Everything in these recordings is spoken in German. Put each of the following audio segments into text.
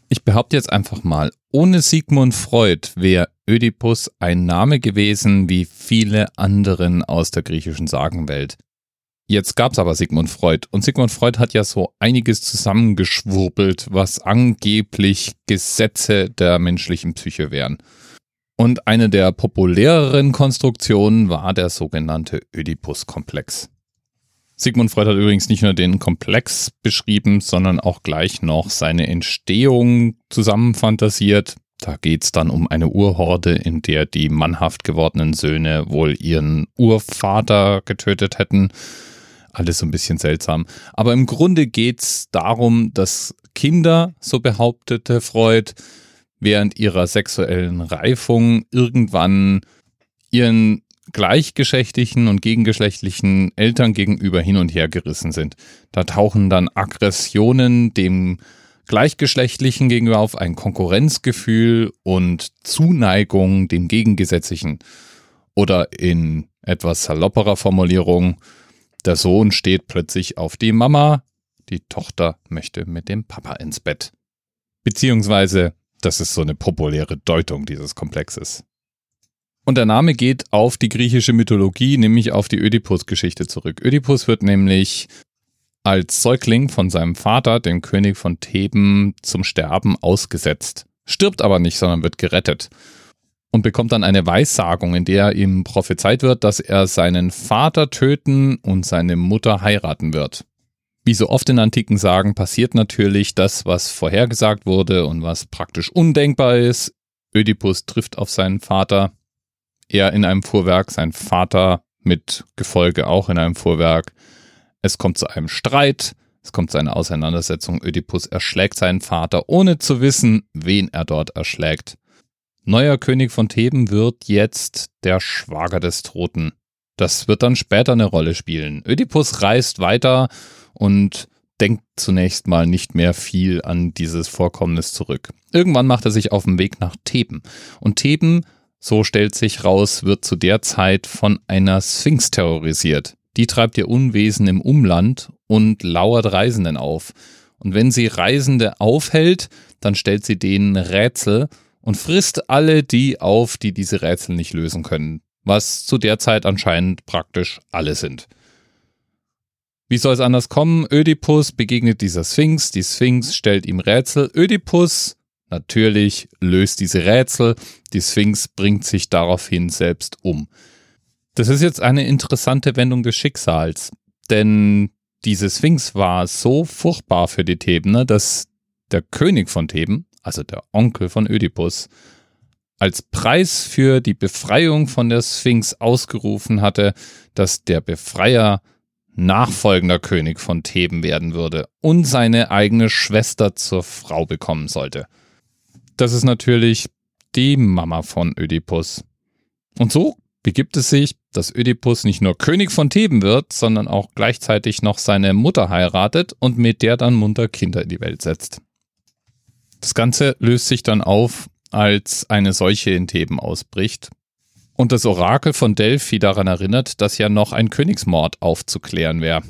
Ich behaupte jetzt einfach mal, ohne Sigmund Freud wäre Ödipus ein Name gewesen wie viele anderen aus der griechischen Sagenwelt. Jetzt gab es aber Sigmund Freud und Sigmund Freud hat ja so einiges zusammengeschwurbelt, was angeblich Gesetze der menschlichen Psyche wären. Und eine der populäreren Konstruktionen war der sogenannte Ödipus-Komplex. Sigmund Freud hat übrigens nicht nur den Komplex beschrieben, sondern auch gleich noch seine Entstehung zusammenfantasiert. Da geht es dann um eine Urhorde, in der die mannhaft gewordenen Söhne wohl ihren Urvater getötet hätten. Alles so ein bisschen seltsam. Aber im Grunde geht es darum, dass Kinder, so behauptete Freud, während ihrer sexuellen Reifung irgendwann ihren gleichgeschlechtlichen und gegengeschlechtlichen Eltern gegenüber hin und her gerissen sind. Da tauchen dann Aggressionen dem Gleichgeschlechtlichen gegenüber auf, ein Konkurrenzgefühl und Zuneigung dem Gegengesetzlichen. Oder in etwas salopperer Formulierung, der Sohn steht plötzlich auf die Mama, die Tochter möchte mit dem Papa ins Bett. Beziehungsweise, das ist so eine populäre Deutung dieses Komplexes. Und der Name geht auf die griechische Mythologie, nämlich auf die Ödipus-Geschichte zurück. Ödipus wird nämlich als Säugling von seinem Vater, dem König von Theben, zum Sterben ausgesetzt. Stirbt aber nicht, sondern wird gerettet. Und bekommt dann eine Weissagung, in der ihm prophezeit wird, dass er seinen Vater töten und seine Mutter heiraten wird. Wie so oft in antiken Sagen passiert natürlich das, was vorhergesagt wurde und was praktisch undenkbar ist. Ödipus trifft auf seinen Vater. Er in einem Fuhrwerk, sein Vater mit Gefolge auch in einem Fuhrwerk. Es kommt zu einem Streit, es kommt zu einer Auseinandersetzung. Ödipus erschlägt seinen Vater, ohne zu wissen, wen er dort erschlägt. Neuer König von Theben wird jetzt der Schwager des Toten. Das wird dann später eine Rolle spielen. Ödipus reist weiter und denkt zunächst mal nicht mehr viel an dieses Vorkommnis zurück. Irgendwann macht er sich auf den Weg nach Theben. Und Theben, so stellt sich raus, wird zu der Zeit von einer Sphinx terrorisiert. Die treibt ihr Unwesen im Umland und lauert Reisenden auf. Und wenn sie Reisende aufhält, dann stellt sie denen Rätsel und frisst alle die auf, die diese Rätsel nicht lösen können. Was zu der Zeit anscheinend praktisch alle sind. Wie soll es anders kommen? Ödipus begegnet dieser Sphinx. Die Sphinx stellt ihm Rätsel. Ödipus natürlich löst diese Rätsel. Die Sphinx bringt sich daraufhin selbst um. Das ist jetzt eine interessante Wendung des Schicksals, denn diese Sphinx war so furchtbar für die Thebener, dass der König von Theben, also der Onkel von Ödipus, als Preis für die Befreiung von der Sphinx ausgerufen hatte, dass der Befreier nachfolgender König von Theben werden würde und seine eigene Schwester zur Frau bekommen sollte. Das ist natürlich die Mama von Ödipus. Und so begibt es sich, dass Ödipus nicht nur König von Theben wird, sondern auch gleichzeitig noch seine Mutter heiratet und mit der dann munter Kinder in die Welt setzt. Das Ganze löst sich dann auf, als eine Seuche in Theben ausbricht und das Orakel von Delphi daran erinnert, dass ja noch ein Königsmord aufzuklären wäre.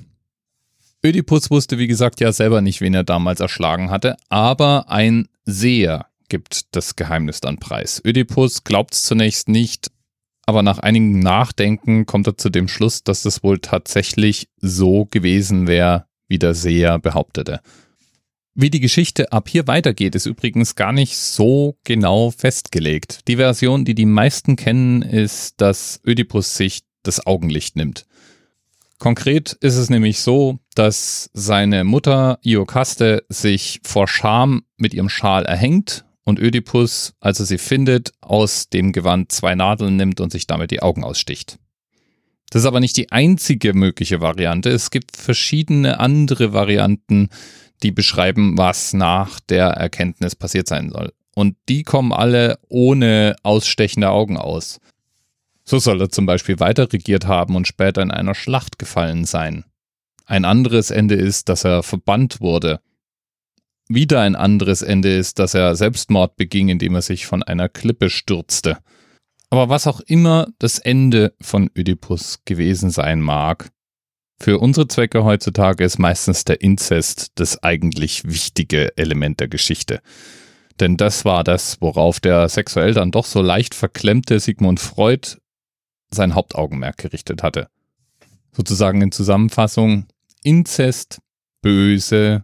Ödipus wusste, wie gesagt, ja selber nicht, wen er damals erschlagen hatte, aber ein Seher gibt das Geheimnis dann preis. Ödipus glaubt es zunächst nicht, aber nach einigem Nachdenken kommt er zu dem Schluss, dass das wohl tatsächlich so gewesen wäre, wie der Seher behauptete. Wie die Geschichte ab hier weitergeht, ist übrigens gar nicht so genau festgelegt. Die Version, die die meisten kennen, ist, dass Ödipus sich das Augenlicht nimmt. Konkret ist es nämlich so, dass seine Mutter Iokaste sich vor Scham mit ihrem Schal erhängt und Ödipus, als er sie findet, aus dem Gewand 2 Nadeln nimmt und sich damit die Augen aussticht. Das ist aber nicht die einzige mögliche Variante. Es gibt verschiedene andere Varianten, die beschreiben, was nach der Erkenntnis passiert sein soll. Und die kommen alle ohne ausstechende Augen aus. So soll er zum Beispiel weiter regiert haben und später in einer Schlacht gefallen sein. Ein anderes Ende ist, dass er verbannt wurde. Wieder ein anderes Ende ist, dass er Selbstmord beging, indem er sich von einer Klippe stürzte. Aber was auch immer das Ende von Ödipus gewesen sein mag, für unsere Zwecke heutzutage ist meistens der Inzest das eigentlich wichtige Element der Geschichte. Denn das war das, worauf der sexuell dann doch so leicht verklemmte Sigmund Freud sein Hauptaugenmerk gerichtet hatte. Sozusagen in Zusammenfassung: Inzest, böse,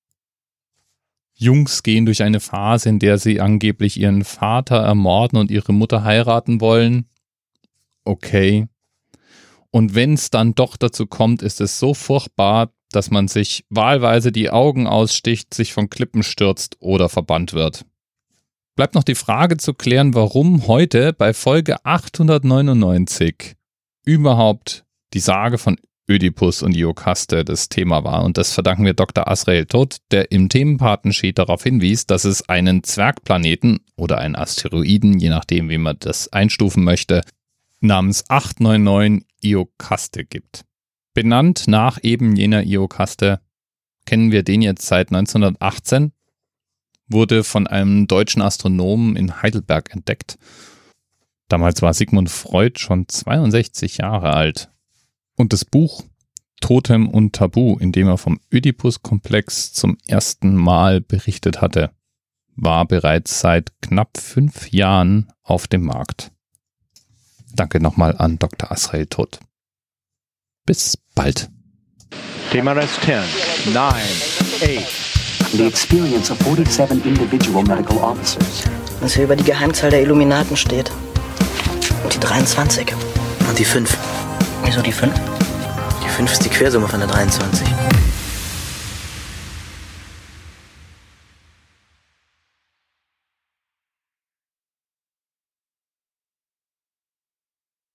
Jungs gehen durch eine Phase, in der sie angeblich ihren Vater ermorden und ihre Mutter heiraten wollen. Okay. Und wenn es dann doch dazu kommt, ist es so furchtbar, dass man sich wahlweise die Augen aussticht, sich von Klippen stürzt oder verbannt wird. Bleibt noch die Frage zu klären, warum heute bei Folge 899 überhaupt die Sage von Ödipus und Iokaste das Thema war. Und das verdanken wir Dr. Azrael Toth, der im Themenpatensheet darauf hinwies, dass es einen Zwergplaneten oder einen Asteroiden, je nachdem wie man das einstufen möchte, namens 899 Iokaste gibt. Benannt nach eben jener Iokaste kennen wir den jetzt seit 1918, wurde von einem deutschen Astronomen in Heidelberg entdeckt. Damals war Sigmund Freud schon 62 Jahre alt. Und das Buch Totem und Tabu, in dem er vom Ödipus-Komplex zum ersten Mal berichtet hatte, war bereits seit knapp 5 Jahren auf dem Markt. Danke nochmal an Dr. Azrael Toth. Bis bald. TMRS 10, 9, 8. The experience of 47 individual medical officers. Was hier über die Geheimzahl der Illuminaten steht. Und die 23. Und die 5. Wieso die 5? Die 5 ist die Quersumme von der 23.